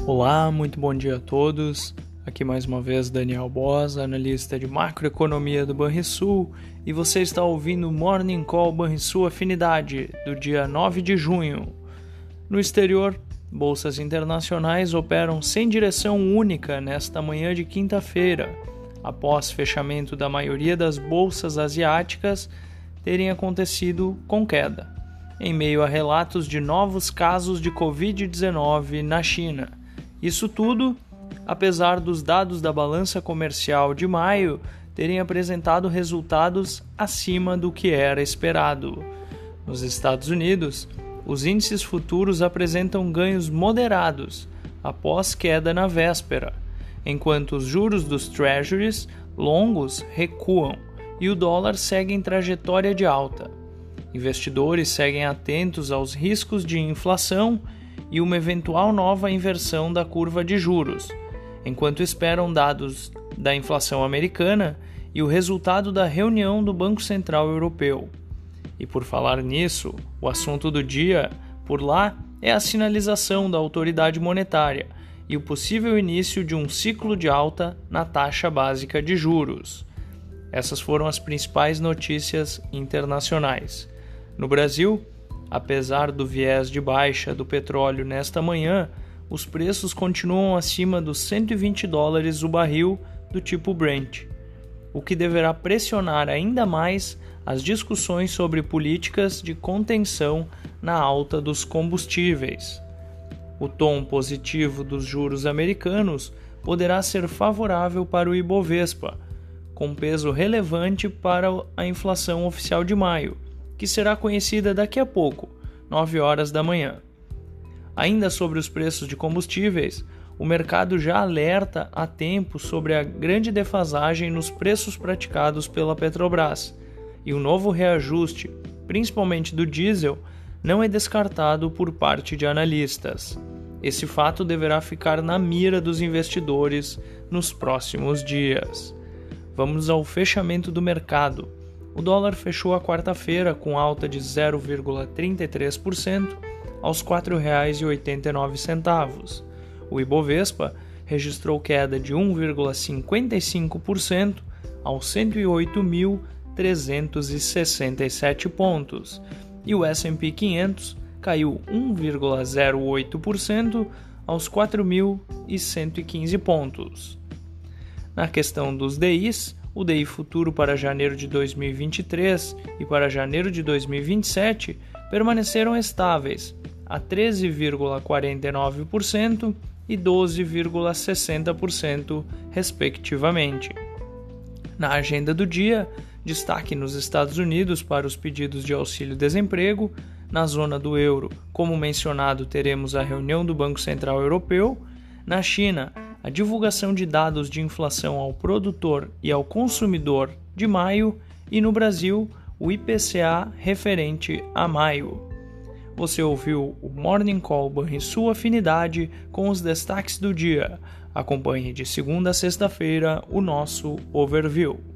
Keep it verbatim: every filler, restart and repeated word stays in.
Olá, muito bom dia a todos. Aqui mais uma vez Daniel Bosa, analista de macroeconomia do Banrisul, e você está ouvindo o Morning Call Banrisul Afinidade, do dia nove de junho. No exterior, bolsas internacionais operam sem direção única nesta manhã de quinta-feira, após fechamento da maioria das bolsas asiáticas terem acontecido com queda, em meio a relatos de novos casos de covid dezenove na China. Isso tudo, apesar dos dados da balança comercial de maio terem apresentado resultados acima do que era esperado. Nos Estados Unidos, os índices futuros apresentam ganhos moderados após queda na véspera, enquanto os juros dos treasuries longos recuam e o dólar segue em trajetória de alta. Investidores seguem atentos aos riscos de inflação e uma eventual nova inversão da curva de juros, enquanto esperam dados da inflação americana e o resultado da reunião do Banco Central Europeu. E por falar nisso, o assunto do dia, por lá, é a sinalização da autoridade monetária e o possível início de um ciclo de alta na taxa básica de juros. Essas foram as principais notícias internacionais. No Brasil, apesar do viés de baixa do petróleo nesta manhã, os preços continuam acima dos cento e vinte dólares o barril do tipo Brent, o que deverá pressionar ainda mais as discussões sobre políticas de contenção na alta dos combustíveis. O tom positivo dos juros americanos poderá ser favorável para o Ibovespa, com peso relevante para a inflação oficial de maio, que será conhecida daqui a pouco, nove horas da manhã. Ainda sobre os preços de combustíveis, o mercado já alerta há tempo sobre a grande defasagem nos preços praticados pela Petrobras, e o novo reajuste, principalmente do diesel, não é descartado por parte de analistas. Esse fato deverá ficar na mira dos investidores nos próximos dias. Vamos ao fechamento do mercado. O dólar fechou a quarta-feira com alta de zero vírgula trinta e três por cento aos quatro reais e oitenta e nove centavos. O Ibovespa registrou queda de um vírgula cinquenta e cinco por cento aos cento e oito mil trezentos e sessenta e sete pontos. E o S and P quinhentos caiu um vírgula zero oito por cento aos quatro mil e cento e quinze pontos. Na questão dos D Is, o D I futuro para janeiro de dois mil e vinte e três e para janeiro de dois mil e vinte e sete permaneceram estáveis a treze vírgula quarenta e nove por cento e doze vírgula sessenta por cento, respectivamente. Na agenda do dia, destaque nos Estados Unidos para os pedidos de auxílio-desemprego. Na zona do euro, como mencionado, teremos a reunião do Banco Central Europeu. Na China, a divulgação de dados de inflação ao produtor e ao consumidor de maio, e no Brasil, o I P C A referente a maio. Você ouviu o Morning Call Banrisul Afinidade com os destaques do dia. Acompanhe de segunda a sexta-feira o nosso overview.